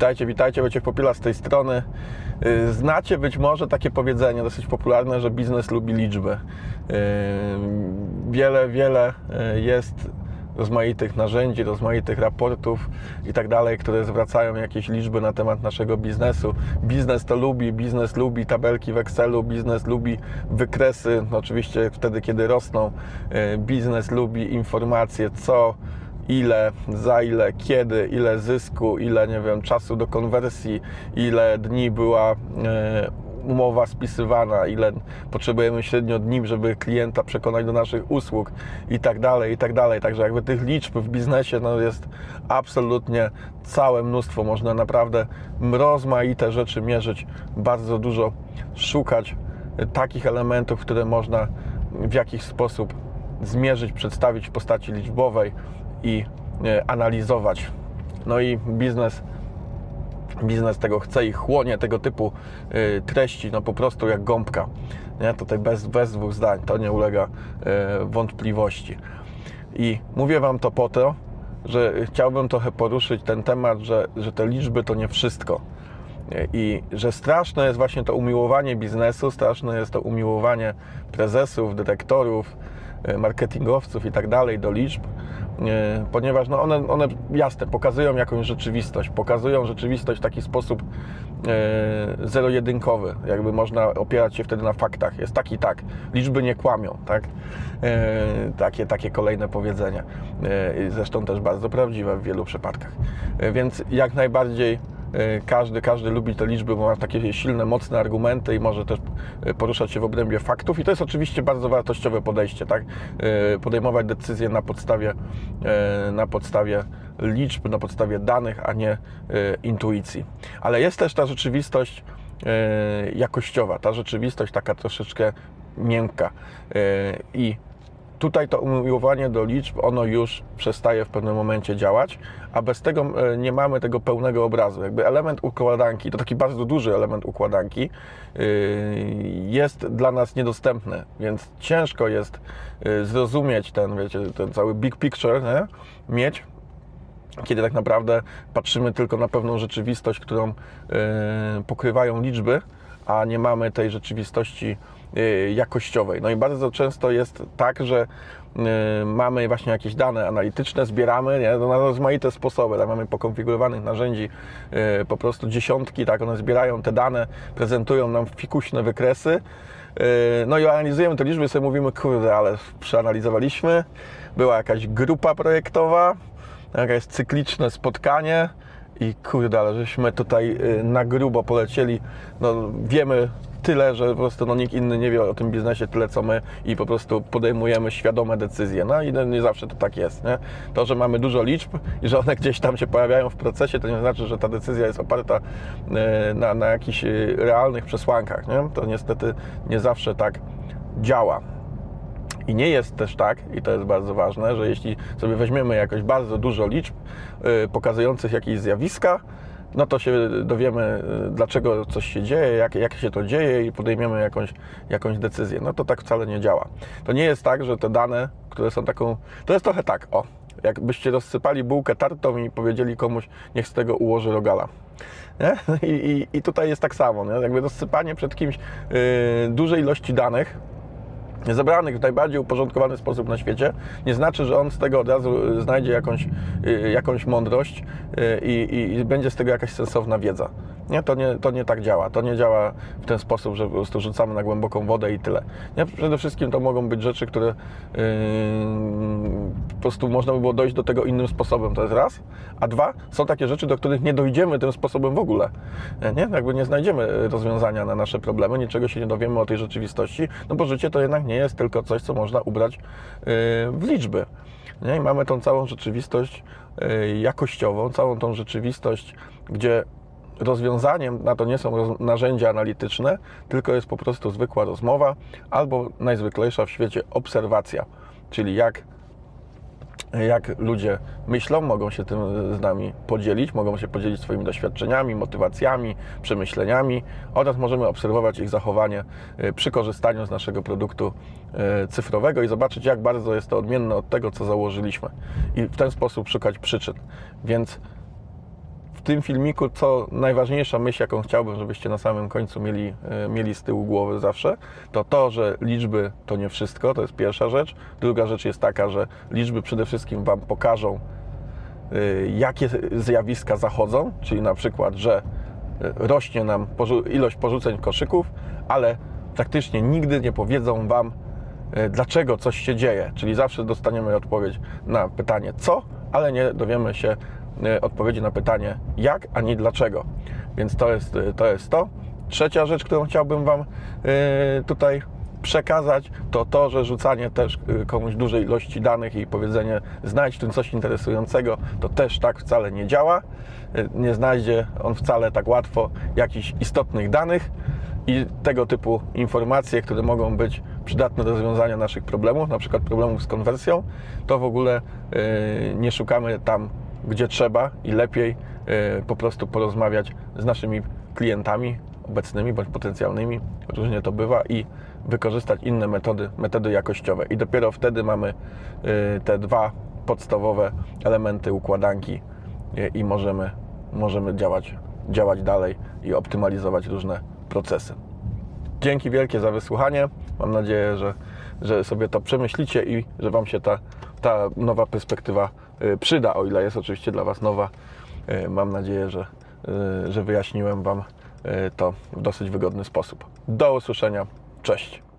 Witajcie, witajcie, Wojciech Popiela z tej strony. Znacie być może takie powiedzenie dosyć popularne, że biznes lubi liczby. Wiele jest rozmaitych narzędzi, rozmaitych raportów i tak dalej, które zwracają jakieś liczby na temat naszego biznesu. Biznes to lubi, biznes lubi tabelki w Excelu, biznes lubi wykresy, oczywiście wtedy, kiedy rosną. Biznes lubi informacje, co, ile, za ile, kiedy, ile zysku, ile, nie wiem, czasu do konwersji, ile dni była umowa spisywana, ile potrzebujemy średnio dni, żeby klienta przekonać do naszych usług i tak dalej, i tak dalej. Także jakby tych liczb w biznesie jest absolutnie całe mnóstwo. Można naprawdę rozmaite rzeczy mierzyć, bardzo dużo szukać takich elementów, które można w jakiś sposób zmierzyć, przedstawić w postaci liczbowej i analizować. No i biznes tego chce i chłonie tego typu treści, no po prostu jak gąbka. Nie? Tutaj bez dwóch zdań, to nie ulega wątpliwości. I mówię Wam to po to, że chciałbym trochę poruszyć ten temat, że te liczby to nie wszystko. I że straszne jest właśnie to umiłowanie biznesu, straszne jest to umiłowanie prezesów, dyrektorów, marketingowców i tak dalej do liczb, ponieważ no one jasne, pokazują jakąś rzeczywistość, pokazują rzeczywistość w taki sposób zero-jedynkowy, jakby można opierać się wtedy na faktach, jest tak i tak, liczby nie kłamią, tak? Takie kolejne powiedzenia, zresztą też bardzo prawdziwe w wielu przypadkach, więc jak najbardziej każdy lubi te liczby, bo ma takie silne, mocne argumenty i może też poruszać się w obrębie faktów i to jest oczywiście bardzo wartościowe podejście, tak? Podejmować decyzje na podstawie liczb, na podstawie danych, a nie intuicji. Ale jest też ta rzeczywistość jakościowa, ta rzeczywistość taka troszeczkę miękka i tutaj to umiłowanie do liczb, ono już przestaje w pewnym momencie działać, a bez tego nie mamy tego pełnego obrazu. Jakby element układanki, to taki bardzo duży element układanki, jest dla nas niedostępny, więc ciężko jest zrozumieć ten cały big picture, nie? Mieć, kiedy tak naprawdę patrzymy tylko na pewną rzeczywistość, którą pokrywają liczby, a nie mamy tej rzeczywistości jakościowej. No i bardzo często jest tak, że mamy właśnie jakieś dane analityczne, zbieramy na rozmaite sposoby, tak, mamy pokonfigurowanych narzędzi po prostu dziesiątki, tak, one zbierają te dane, prezentują nam fikuśne wykresy, no i analizujemy te liczby i sobie mówimy, kurde, ale przeanalizowaliśmy, była jakaś grupa projektowa, jakieś cykliczne spotkanie i kurde, ale żeśmy tutaj na grubo polecieli, no wiemy tyle, że po prostu nikt inny nie wie o tym biznesie tyle co my i po prostu podejmujemy świadome decyzje. No i nie zawsze to tak jest, nie? To, że mamy dużo liczb i że one gdzieś tam się pojawiają w procesie, to nie znaczy, że ta decyzja jest oparta na jakichś realnych przesłankach, nie? To niestety nie zawsze tak działa. I nie jest też tak, i to jest bardzo ważne, że jeśli sobie weźmiemy jakoś bardzo dużo liczb pokazujących jakieś zjawiska, no to się dowiemy, dlaczego coś się dzieje, jak się to dzieje i podejmiemy jakąś decyzję. No to tak wcale nie działa. To nie jest tak, że te dane, które są taką... To jest trochę tak, jakbyście rozsypali bułkę tartą i powiedzieli komuś, niech z tego ułoży rogala. Nie? I tutaj jest tak samo, nie? Jakby rozsypanie przed kimś dużej ilości danych, zebranych w najbardziej uporządkowany sposób na świecie, nie znaczy, że on z tego od razu znajdzie jakąś mądrość i będzie z tego jakaś sensowna wiedza. Nie? To nie tak działa. To nie działa w ten sposób, że po prostu rzucamy na głęboką wodę i tyle. Nie? Przede wszystkim to mogą być rzeczy, które po prostu można by było dojść do tego innym sposobem, to jest raz. A dwa, są takie rzeczy, do których nie dojdziemy tym sposobem w ogóle. Nie? Jakby nie znajdziemy rozwiązania na nasze problemy, niczego się nie dowiemy o tej rzeczywistości, no bo życie to jednak nie jest tylko coś, co można ubrać w liczby. Nie? I mamy tą całą rzeczywistość jakościową, całą tą rzeczywistość, gdzie rozwiązaniem na to nie są narzędzia analityczne, tylko jest po prostu zwykła rozmowa albo najzwyklejsza w świecie obserwacja, czyli jak ludzie myślą, mogą się tym z nami podzielić, mogą się podzielić swoimi doświadczeniami, motywacjami, przemyśleniami oraz możemy obserwować ich zachowanie przy korzystaniu z naszego produktu cyfrowego i zobaczyć, jak bardzo jest to odmienne od tego, co założyliśmy i w ten sposób szukać przyczyn. Więc w tym filmiku, co najważniejsza myśl, jaką chciałbym, żebyście na samym końcu mieli z tyłu głowy zawsze, to, że liczby to nie wszystko, to jest pierwsza rzecz. Druga rzecz jest taka, że liczby przede wszystkim Wam pokażą, jakie zjawiska zachodzą, czyli na przykład, że rośnie nam ilość porzuceń koszyków, ale praktycznie nigdy nie powiedzą Wam, dlaczego coś się dzieje. Czyli zawsze dostaniemy odpowiedź na pytanie co, ale nie dowiemy się odpowiedzi na pytanie jak, ani dlaczego. Więc to jest to. Trzecia rzecz, którą chciałbym Wam tutaj przekazać, to, że rzucanie też komuś dużej ilości danych i powiedzenie znajdź w tym coś interesującego, to też tak wcale nie działa. Nie znajdzie on wcale tak łatwo jakichś istotnych danych i tego typu informacje, które mogą być przydatne do rozwiązania naszych problemów, na przykład problemów z konwersją, to w ogóle nie szukamy tam, gdzie trzeba i lepiej po prostu porozmawiać z naszymi klientami obecnymi bądź potencjalnymi, różnie to bywa, i wykorzystać inne metody jakościowe. I dopiero wtedy mamy te dwa podstawowe elementy układanki i możemy działać dalej i optymalizować różne procesy. Dzięki wielkie za wysłuchanie. Mam nadzieję, że sobie to przemyślicie i że Wam się ta nowa perspektywa przyda, o ile jest oczywiście dla Was nowa. Mam nadzieję, że wyjaśniłem Wam to w dosyć wygodny sposób. Do usłyszenia. Cześć.